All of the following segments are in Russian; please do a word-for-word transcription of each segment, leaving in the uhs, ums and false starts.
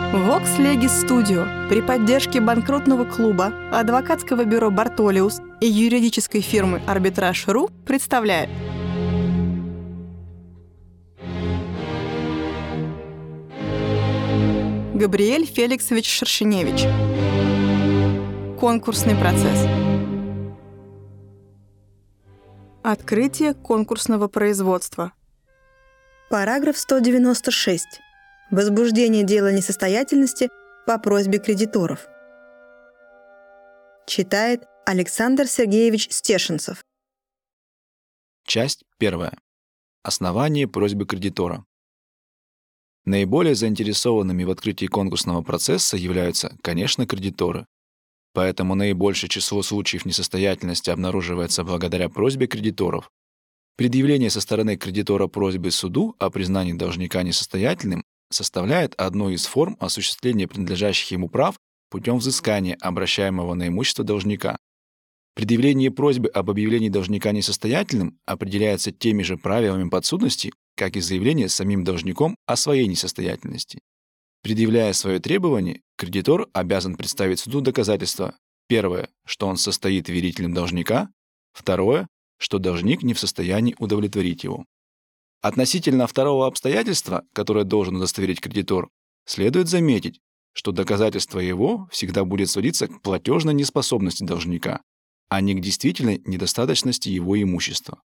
Vox Legis Studio при поддержке банкротного клуба, адвокатского бюро «Бартолиус» и юридической фирмы «Арбитраж.ру» представляет Габриэль Феликсович Шершеневич. Конкурсный процесс. Открытие конкурсного производства. Параграф сто девяносто шесть. Возбуждение дела несостоятельности по просьбе кредиторов. Читает Александр Сергеевич Стешенцев. Часть первая. Основание просьбы кредитора. Наиболее заинтересованными в открытии конкурсного процесса являются, конечно, кредиторы. Поэтому наибольшее число случаев несостоятельности обнаруживается благодаря просьбе кредиторов. Предъявление со стороны кредитора просьбы суду о признании должника несостоятельным составляет одну из форм осуществления принадлежащих ему прав путем взыскания обращаемого на имущество должника. Предъявление просьбы об объявлении должника несостоятельным определяется теми же правилами подсудности, как и заявление самим должником о своей несостоятельности. Предъявляя свое требование, кредитор обязан представить суду доказательства: первое, что он состоит верителем должника; второе, что должник не в состоянии удовлетворить его. Относительно второго обстоятельства, которое должен удостоверить кредитор, следует заметить, что доказательство его всегда будет сводиться к платежной неспособности должника, а не к действительной недостаточности его имущества.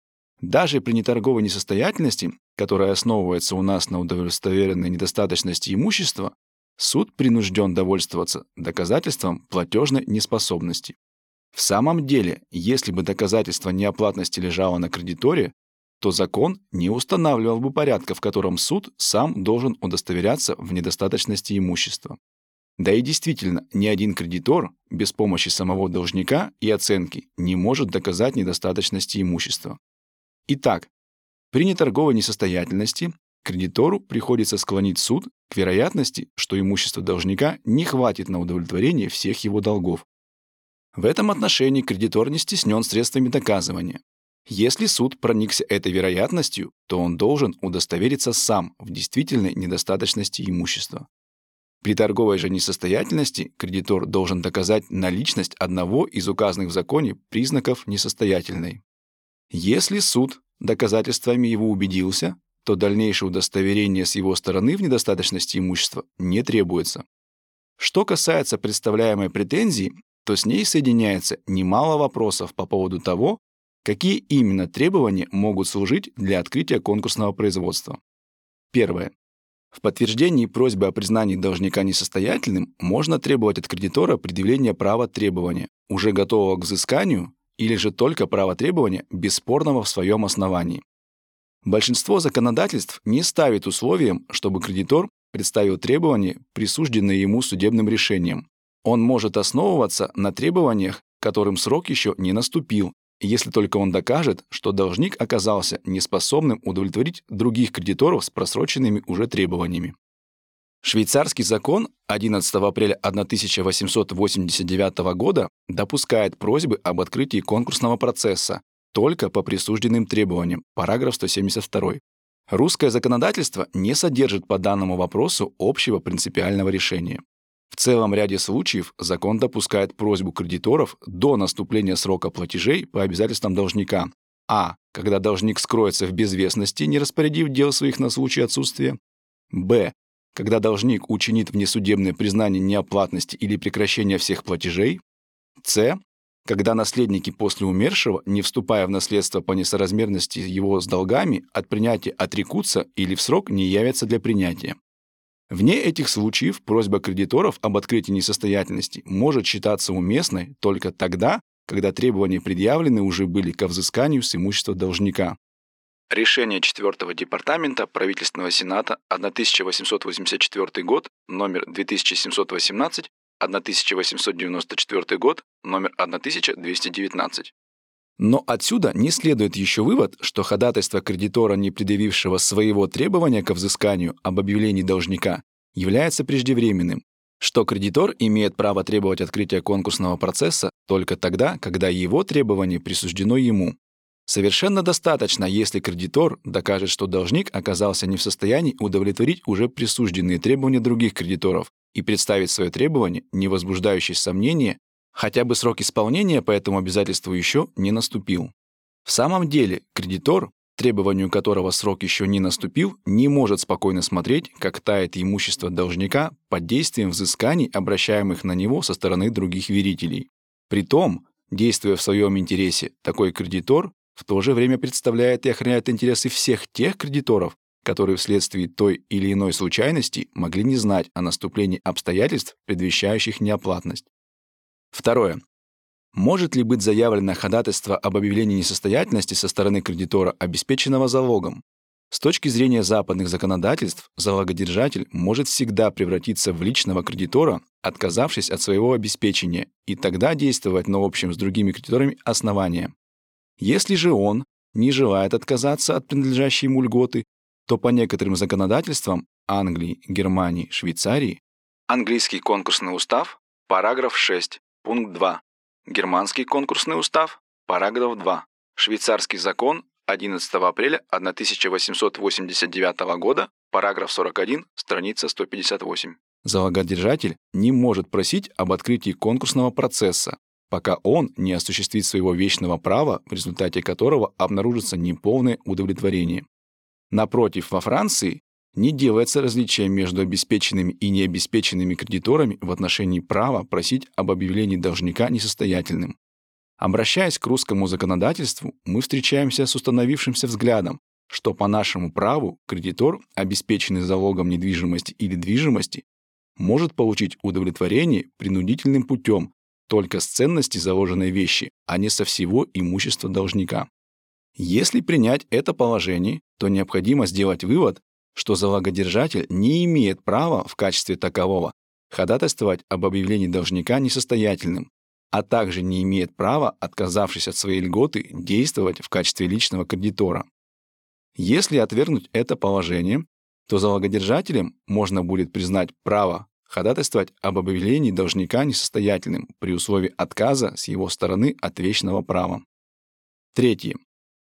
Даже при неторговой несостоятельности, которая основывается у нас на удостоверенной недостаточности имущества, суд принужден довольствоваться доказательством платежной неспособности. В самом деле, если бы доказательство неоплатности лежало на кредиторе, то закон не устанавливал бы порядка, в котором суд сам должен удостоверяться в недостаточности имущества. Да и действительно, ни один кредитор без помощи самого должника и оценки не может доказать недостаточности имущества. Итак, при неторговой несостоятельности кредитору приходится склонить суд к вероятности, что имущество должника не хватит на удовлетворение всех его долгов. В этом отношении кредитор не стеснен средствами доказывания. Если суд проникся этой вероятностью, то он должен удостовериться сам в действительной недостаточности имущества. При торговой же несостоятельности кредитор должен доказать наличность одного из указанных в законе признаков несостоятельной. Если суд доказательствами его убедился, то дальнейшее удостоверение с его стороны в недостаточности имущества не требуется. Что касается представляемой претензии, то с ней соединяется немало вопросов по поводу того, какие именно требования могут служить для открытия конкурсного производства. Первое. В подтверждении просьбы о признании должника несостоятельным можно требовать от кредитора предъявления права требования, уже готового к взысканию, или же только право требования, бесспорного в своем основании. Большинство законодательств не ставит условием, чтобы кредитор представил требования, присужденные ему судебным решением. Он может основываться на требованиях, которым срок еще не наступил, если только он докажет, что должник оказался неспособным удовлетворить других кредиторов с просроченными уже требованиями. Швейцарский закон одиннадцатого апреля тысяча восемьсот восемьдесят девятого года допускает просьбы об открытии конкурсного процесса только по присужденным требованиям, параграф сто семьдесят два. Русское законодательство не содержит по данному вопросу общего принципиального решения. В целом ряде случаев закон допускает просьбу кредиторов до наступления срока платежей по обязательствам должника: а. когда должник скроется в безвестности, не распорядив дел своих на случай отсутствия; б. когда должник учинит внесудебное признание неоплатности или прекращения всех платежей; с. когда наследники после умершего, не вступая в наследство по несоразмерности его с долгами, от принятия отрекутся или в срок не явятся для принятия. Вне этих случаев просьба кредиторов об открытии несостоятельности может считаться уместной только тогда, когда требования предъявлены уже были ко взысканию с имущества должника. Решение четвёртого департамента правительственного сената тысяча восемьсот восемьдесят четвёртый год, номер две тысячи семьсот восемнадцать, тысяча восемьсот девяносто четвёртый год, номер тысяча двести девятнадцать. Но отсюда не следует еще вывод, что ходатайство кредитора, не предъявившего своего требования ко взысканию об объявлении должника, является преждевременным, что кредитор имеет право требовать открытия конкурсного процесса только тогда, когда его требование присуждено ему. Совершенно достаточно, если кредитор докажет, что должник оказался не в состоянии удовлетворить уже присужденные требования других кредиторов и представить свое требование, не возбуждающее сомнения, хотя бы срок исполнения по этому обязательству еще не наступил. В самом деле, кредитор, требованию которого срок еще не наступил, не может спокойно смотреть, как тает имущество должника под действием взысканий, обращаемых на него со стороны других верителей. Притом, действуя в своем интересе, такой кредитор в то же время представляет и охраняет интересы всех тех кредиторов, которые вследствие той или иной случайности могли не знать о наступлении обстоятельств, предвещающих неоплатность. Второе. Может ли быть заявлено ходатайство об объявлении несостоятельности со стороны кредитора, обеспеченного залогом? С точки зрения западных законодательств, залогодержатель может всегда превратиться в личного кредитора, отказавшись от своего обеспечения, и тогда действовать на общем с другими кредиторами основания. Если же он не желает отказаться от принадлежащей ему льготы, то по некоторым законодательствам Англии, Германии, Швейцарии Английский конкурсный устав, параграф шесть, пункт два. Германский конкурсный устав, параграф два. Швейцарский закон одиннадцатого апреля тысяча восемьсот восемьдесят девятого года, параграф сорок один, страница сто пятьдесят восемь. Залогодержатель не может просить об открытии конкурсного процесса, пока он не осуществит своего вечного права, в результате которого обнаружится неполное удовлетворение. Напротив, во Франции не делается различия между обеспеченными и необеспеченными кредиторами в отношении права просить об объявлении должника несостоятельным. Обращаясь к русскому законодательству, мы встречаемся с установившимся взглядом, что по нашему праву кредитор, обеспеченный залогом недвижимости или движимости, может получить удовлетворение принудительным путем только с ценности заложенной вещи, а не со всего имущества должника. Если принять это положение, то необходимо сделать вывод, что залогодержатель не имеет права в качестве такового ходатайствовать об объявлении должника несостоятельным, а также не имеет права, отказавшись от своей льготы, действовать в качестве личного кредитора. Если отвергнуть это положение, то залогодержателем можно будет признать право ходатайствовать об объявлении должника несостоятельным при условии отказа с его стороны от вечного права. Третье.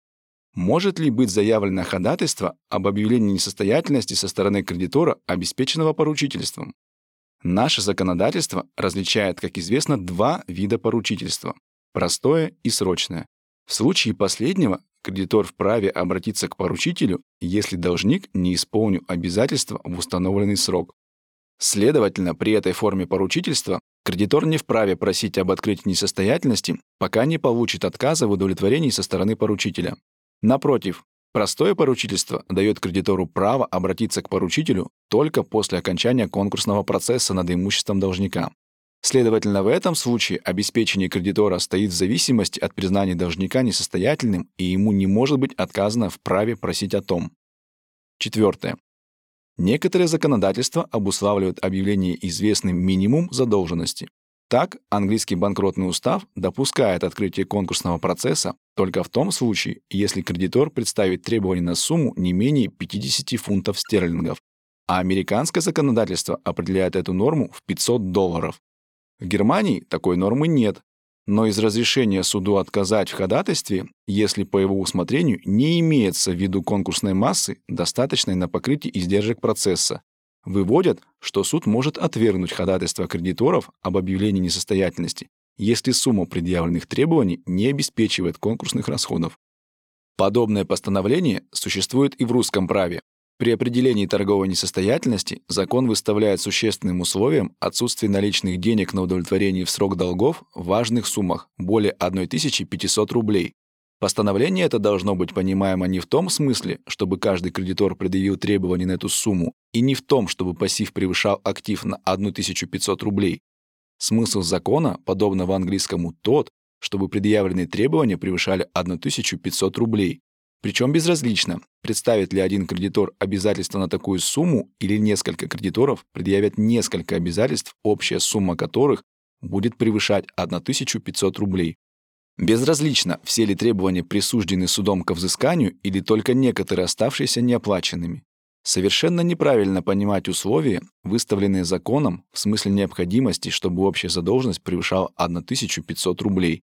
Может ли быть заявлено ходатайство об объявлении несостоятельности со стороны кредитора, обеспеченного поручительством? Наше законодательство различает, как известно, два вида поручительства – простое и срочное. В случае последнего кредитор вправе обратиться к поручителю, если должник не исполнил обязательства в установленный срок. Следовательно, при этой форме поручительства кредитор не вправе просить об открытии несостоятельности, пока не получит отказа в удовлетворении со стороны поручителя. Напротив, простое поручительство дает кредитору право обратиться к поручителю только после окончания конкурсного процесса над имуществом должника. Следовательно, в этом случае обеспечение кредитора стоит в зависимости от признания должника несостоятельным, и ему не может быть отказано в праве просить о том. Четвертое. Некоторые законодательства обуславливают объявление известным минимум задолженности. Так, английский банкротный устав допускает открытие конкурсного процесса только в том случае, если кредитор представит требования на сумму не менее пятьдесят фунтов стерлингов, а американское законодательство определяет эту норму в пятьсот долларов. В Германии такой нормы нет, но из разрешения суду отказать в ходатайстве, если по его усмотрению не имеется в виду конкурсной массы, достаточной на покрытие издержек процесса, выводят, что суд может отвергнуть ходатайство кредиторов об объявлении несостоятельности, если сумма предъявленных требований не обеспечивает конкурсных расходов. Подобное постановление существует и в русском праве. При определении торговой несостоятельности закон выставляет существенным условием отсутствие наличных денег на удовлетворение в срок долгов в важных суммах более тысячи пятисот рублей. Постановление это должно быть понимаемо не в том смысле, чтобы каждый кредитор предъявил требования на эту сумму, и не в том, чтобы пассив превышал актив на тысячу пятьсот рублей. Смысл закона, подобного английскому, тот, чтобы предъявленные требования превышали тысячу пятьсот рублей. Причем безразлично, представит ли один кредитор обязательства на такую сумму или несколько кредиторов предъявят несколько обязательств, общая сумма которых будет превышать тысячу пятьсот рублей. Безразлично, все ли требования присуждены судом ко взысканию или только некоторые оставшиеся неоплаченными. Совершенно неправильно понимать условия, выставленные законом в смысле необходимости, чтобы общая задолженность превышала тысячу пятьсот рублей.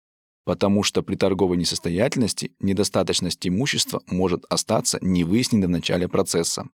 потому что при торговой несостоятельности недостаточность имущества может остаться невыясненной в начале процесса.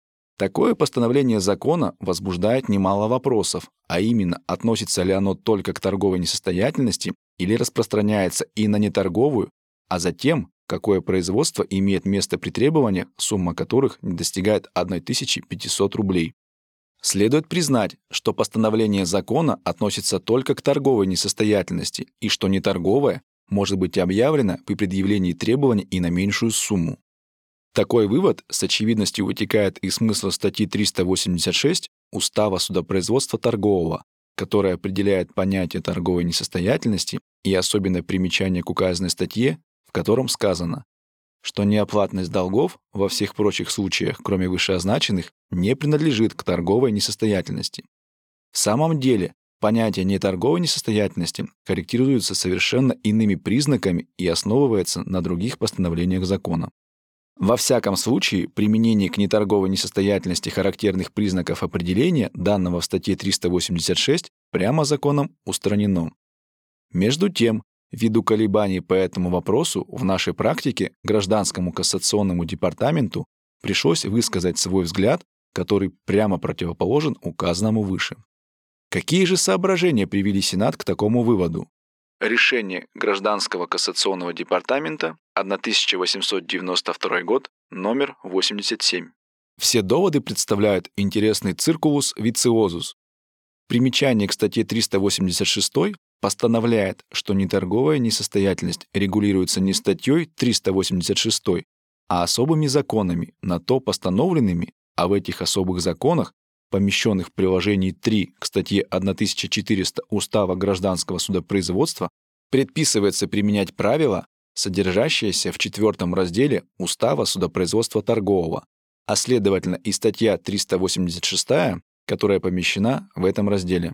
Такое постановление закона возбуждает немало вопросов, а именно, относится ли оно только к торговой несостоятельности или распространяется и на неторговую, а затем, какое производство имеет место при требованиях, сумма которых не достигает тысячи пятисот рублей. Следует признать, что постановление закона относится только к торговой несостоятельности и что неторговая может быть объявлена при предъявлении требований и на меньшую сумму. Такой вывод с очевидностью вытекает из смысла статьи триста восемьдесят шесть Устава судопроизводства торгового, которая определяет понятие торговой несостоятельности и особенное примечание к указанной статье, в котором сказано, что неоплатность долгов во всех прочих случаях, кроме вышеозначенных, не принадлежит к торговой несостоятельности. В самом деле, понятие неторговой несостоятельности характеризуется совершенно иными признаками и основывается на других постановлениях закона. Во всяком случае, применение к неторговой несостоятельности характерных признаков определения, данного в статье триста восемьдесят шесть, прямо законом устранено. Между тем, ввиду колебаний по этому вопросу в нашей практике гражданскому кассационному департаменту пришлось высказать свой взгляд, который прямо противоположен указанному выше. Какие же соображения привели Сенат к такому выводу? Решение Гражданского кассационного департамента, тысяча восемьсот девяносто второй год, номер восемьдесят семь. Все доводы представляют интересный циркулус вициозус. Примечание к статье триста восемьдесят шесть постановляет, что неторговая несостоятельность регулируется не статьей триста восемьдесят шесть, а особыми законами, на то постановленными, а в этих особых законах, помещенных в приложении три к статье тысяча четыреста Устава гражданского судопроизводства, предписывается применять правила, содержащиеся в четвертом разделе Устава судопроизводства торгового, а следовательно и статья триста восемьдесят шесть, которая помещена в этом разделе.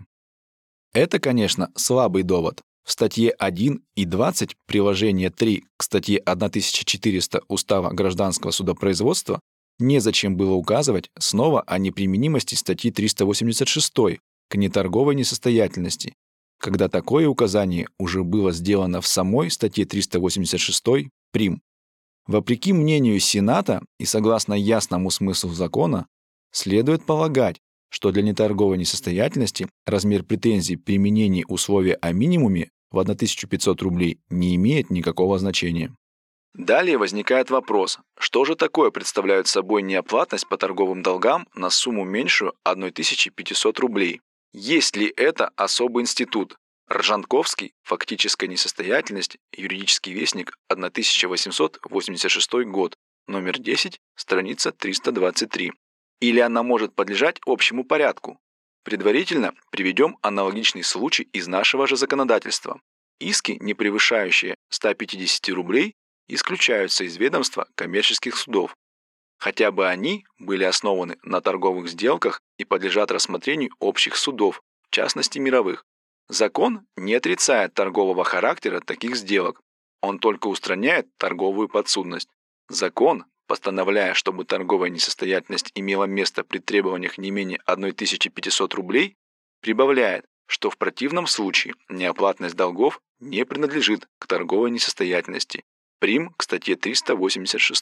Это, конечно, слабый довод. В статье один и двадцать приложения три к статье тысяча четыреста Устава гражданского судопроизводства незачем было указывать снова о неприменимости статьи триста восемьдесят шесть к неторговой несостоятельности, когда такое указание уже было сделано в самой статье триста восемьдесят шесть прим. Вопреки мнению Сената и согласно ясному смыслу закона, следует полагать, что для неторговой несостоятельности размер претензий при применении условия о минимуме в тысячу пятьсот рублей не имеет никакого значения. Далее возникает вопрос, что же такое представляют собой неоплатность по торговым долгам на сумму меньшую тысячи пятисот рублей? Есть ли это особый институт? Ржанковский, фактическая несостоятельность, юридический вестник, тысяча восемьсот восемьдесят шестой год, номер десять, страница триста двадцать три. Или она может подлежать общему порядку? Предварительно приведем аналогичный случай из нашего же законодательства. Иски, не превышающие ста пятидесяти рублей, исключаются из ведомства коммерческих судов, хотя бы они были основаны на торговых сделках и подлежат рассмотрению общих судов, в частности мировых. Закон не отрицает торгового характера таких сделок, он только устраняет торговую подсудность. Закон, постановляя, чтобы торговая несостоятельность имела место при требованиях не менее тысячи пятисот рублей, прибавляет, что в противном случае неоплатность долгов не принадлежит к торговой несостоятельности, прим. К статье триста восемьдесят шесть.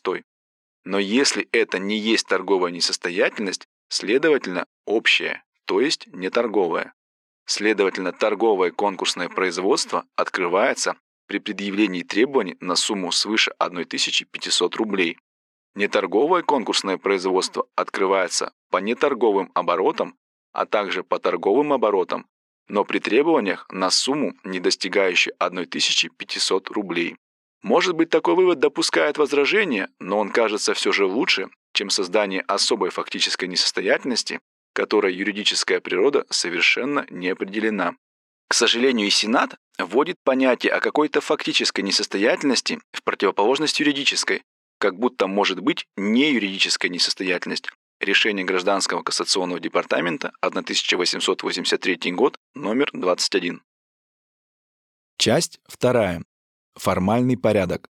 Но если это не есть торговая несостоятельность, следовательно, общая, то есть не торговая. Следовательно, торговое конкурсное производство открывается при предъявлении требований на сумму свыше тысячи пятисот рублей. Неторговое конкурсное производство открывается по неторговым оборотам, а также по торговым оборотам, но при требованиях на сумму, не достигающей тысячи пятисот рублей. Может быть, такой вывод допускает возражение, но он кажется все же лучше, чем создание особой фактической несостоятельности, которой юридическая природа совершенно не определена. К сожалению, и Сенат вводит понятие о какой-то фактической несостоятельности в противоположность юридической, как будто может быть не юридическая несостоятельность. Решение Гражданского кассационного департамента, тысяча восемьсот восемьдесят третий год, номер двадцать один. Часть вторая. Формальный порядок.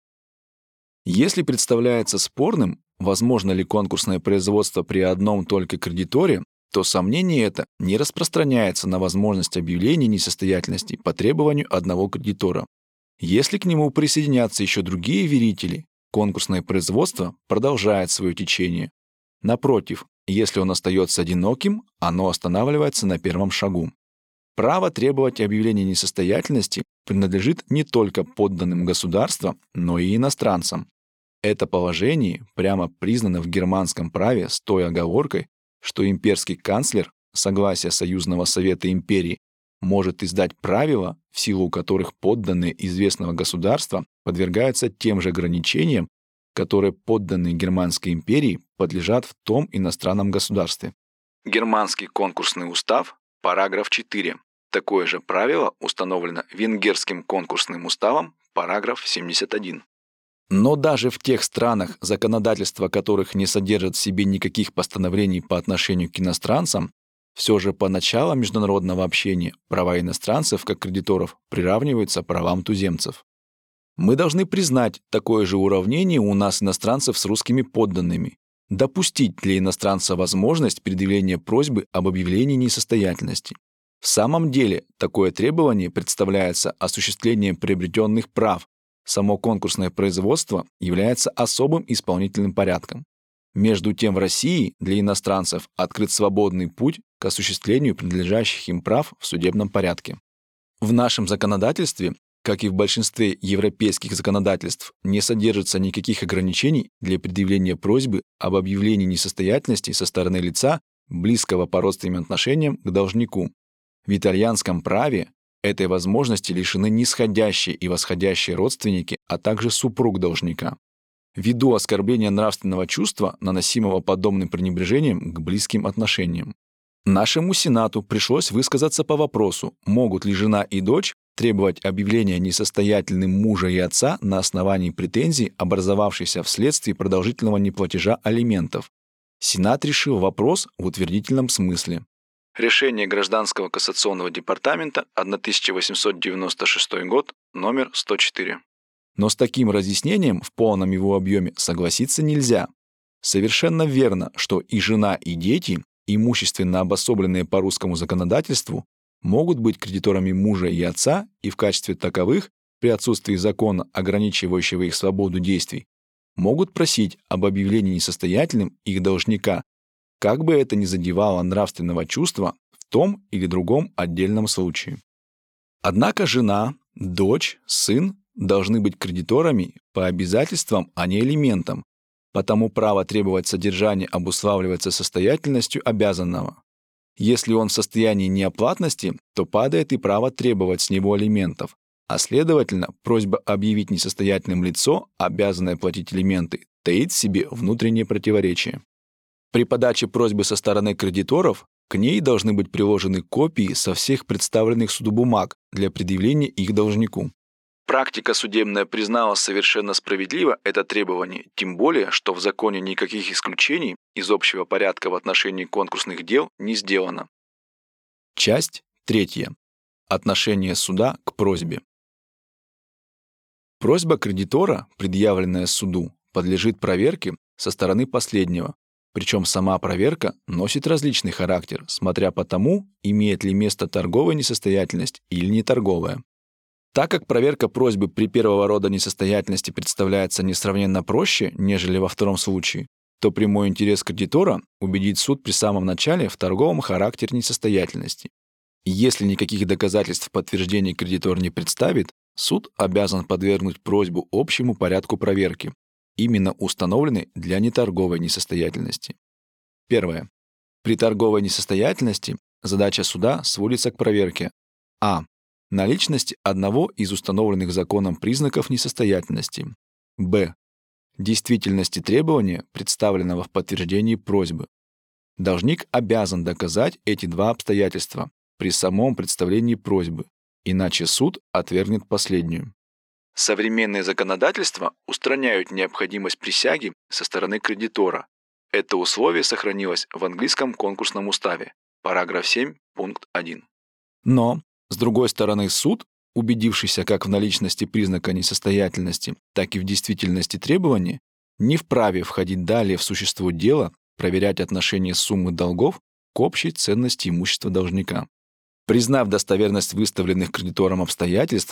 Если представляется спорным, возможно ли конкурсное производство при одном только кредиторе, то сомнение это не распространяется на возможность объявления несостоятельности по требованию одного кредитора. Если к нему присоединятся еще другие верители, конкурсное производство продолжает свое течение. Напротив, если он остается одиноким, оно останавливается на первом шагу. Право требовать объявления несостоятельности принадлежит не только подданным государства, но и иностранцам. Это положение прямо признано в германском праве с той оговоркой, что имперский канцлер, согласия Союзного Совета Империи, может издать правила, в силу которых подданные известного государства подвергаются тем же ограничениям, которые подданные Германской империи подлежат в том иностранном государстве. Германский конкурсный устав, параграф четыре. Такое же правило установлено Венгерским конкурсным уставом, параграф семьдесят один. Но даже в тех странах, законодательство которых не содержит в себе никаких постановлений по отношению к иностранцам, все же по началам международного общения права иностранцев как кредиторов приравниваются правам туземцев. Мы должны признать такое же уравнение у нас иностранцев с русскими подданными, допустить для иностранца возможность предъявления просьбы об объявлении несостоятельности. В самом деле, такое требование представляется осуществлением приобретенных прав. Само конкурсное производство является особым исполнительным порядком. Между тем в России для иностранцев открыт свободный путь к осуществлению принадлежащих им прав в судебном порядке. В нашем законодательстве, как и в большинстве европейских законодательств, не содержится никаких ограничений для предъявления просьбы об объявлении несостоятельности со стороны лица, близкого по родственным отношениям к должнику. В итальянском праве этой возможности лишены нисходящие и восходящие родственники, а также супруг должника, ввиду оскорбления нравственного чувства, наносимого подобным пренебрежением к близким отношениям. Нашему Сенату пришлось высказаться по вопросу, могут ли жена и дочь требовать объявления несостоятельным мужа и отца на основании претензий, образовавшейся вследствие продолжительного неплатежа алиментов. Сенат решил вопрос в утвердительном смысле. Решение Гражданского кассационного департамента, тысяча восемьсот девяносто шестой год, номер сто четыре. Но с таким разъяснением в полном его объеме согласиться нельзя. Совершенно верно, что и жена, и дети, имущественно обособленные по русскому законодательству, могут быть кредиторами мужа и отца и в качестве таковых, при отсутствии закона, ограничивающего их свободу действий, могут просить об объявлении несостоятельным их должника, как бы это ни задевало нравственного чувства в том или другом отдельном случае. Однако жена, дочь, сын должны быть кредиторами по обязательствам, а не элементам, потому право требовать содержания обуславливается состоятельностью обязанного. Если он в состоянии неоплатности, то падает и право требовать с него алиментов, а следовательно, просьба объявить несостоятельным лицо, обязанное платить алименты, таит в себе внутреннее противоречие. При подаче просьбы со стороны кредиторов к ней должны быть приложены копии со всех представленных суду бумаг для предъявления их должнику. Практика судебная признала совершенно справедливо это требование, тем более, что в законе никаких исключений из общего порядка в отношении конкурсных дел не сделано. Часть третья. Отношение суда к просьбе. Просьба кредитора, предъявленная суду, подлежит проверке со стороны последнего. Причем сама проверка носит различный характер, смотря по тому, имеет ли место торговая несостоятельность или неторговая. Так как проверка просьбы при первого рода несостоятельности представляется несравненно проще, нежели во втором случае, то прямой интерес кредитора убедить суд при самом начале в торговом характере несостоятельности. И если никаких доказательств подтверждения кредитор не представит, суд обязан подвергнуть просьбу общему порядку проверки, именно установленной для неторговой несостоятельности. Первое. При торговой несостоятельности задача суда сводится к проверке а. наличности одного из установленных законом признаков несостоятельности, б. действительности требования, представленного в подтверждении просьбы. Должник обязан доказать эти два обстоятельства при самом представлении просьбы, иначе суд отвергнет последнюю. Современные законодательства устраняют необходимость присяги со стороны кредитора. Это условие сохранилось в английском конкурсном уставе, параграф семь, пункт один. Но, с другой стороны, суд, убедившийся как в наличности признака несостоятельности, так и в действительности требования, не вправе входить далее в существо дела, проверять отношение суммы долгов к общей ценности имущества должника. Признав достоверность выставленных кредитором обстоятельств,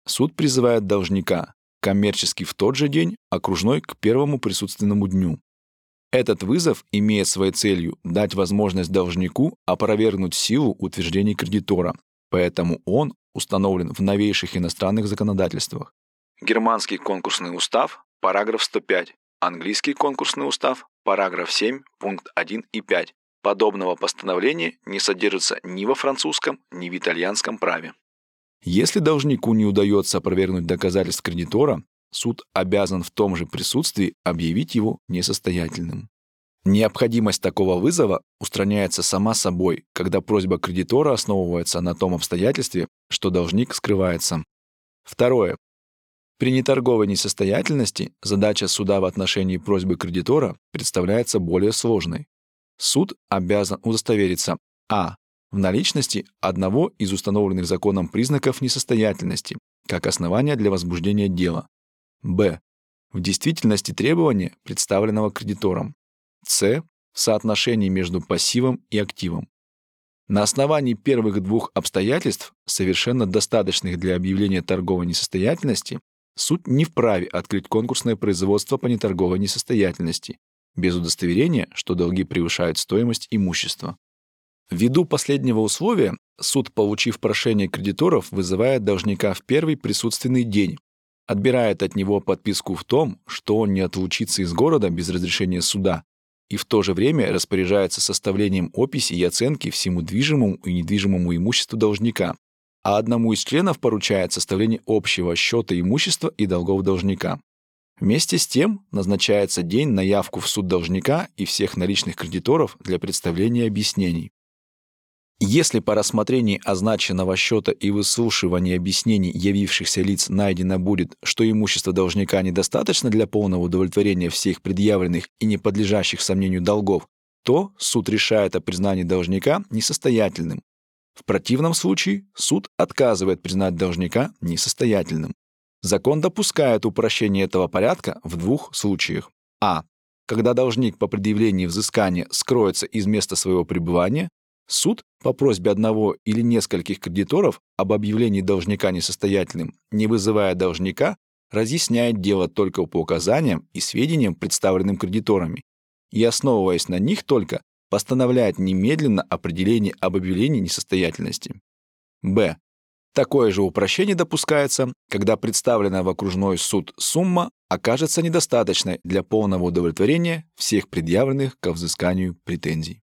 Суд призывает должника коммерческий в тот же день, окружной к первому присутственному дню. Этот вызов имеет своей целью дать возможность должнику опровергнуть силу утверждений кредитора, поэтому он установлен в новейших иностранных законодательствах. Германский конкурсный устав, параграф сто пять, английский конкурсный устав, параграф семь, пункт один и пять. Подобного постановления не содержится ни во французском, ни в итальянском праве. Если должнику не удается опровергнуть доказательств кредитора, суд обязан в том же присутствии объявить его несостоятельным. Необходимость такого вызова устраняется сама собой, когда просьба кредитора основывается на том обстоятельстве, что должник скрывается. Второе. При неторговой несостоятельности задача суда в отношении просьбы кредитора представляется более сложной. Суд обязан удостовериться а. в наличности одного из установленных законом признаков несостоятельности как основания для возбуждения дела, б. в действительности требования, представленного кредитором, с. в соотношении между пассивом и активом. На основании первых двух обстоятельств, совершенно достаточных для объявления торговой несостоятельности, суд не вправе открыть конкурсное производство по неторговой несостоятельности без удостоверения, что долги превышают стоимость имущества. Ввиду последнего условия, суд, получив прошение кредиторов, вызывает должника в первый присутственный день, отбирает от него подписку в том, что он не отлучится из города без разрешения суда, и в то же время распоряжается составлением описи и оценки всему движимому и недвижимому имуществу должника, а одному из членов поручает составление общего счета имущества и долгов должника. Вместе с тем назначается день на явку в суд должника и всех наличных кредиторов для представления объяснений. Если по рассмотрении означенного счета и выслушивании объяснений явившихся лиц найдено будет, что имущество должника недостаточно для полного удовлетворения всех предъявленных и не подлежащих сомнению долгов, то суд решает о признании должника несостоятельным. В противном случае суд отказывает признать должника несостоятельным. Закон допускает упрощение этого порядка в двух случаях. А. Когда должник по предъявлении взыскания скроется из места своего пребывания, суд по просьбе одного или нескольких кредиторов об объявлении должника несостоятельным, не вызывая должника, разъясняет дело только по указаниям и сведениям, представленным кредиторами, и, основываясь на них только, постановляет немедленно определение об объявлении несостоятельности. Б. Такое же упрощение допускается, когда представленная в окружной суд сумма окажется недостаточной для полного удовлетворения всех предъявленных ко взысканию претензий.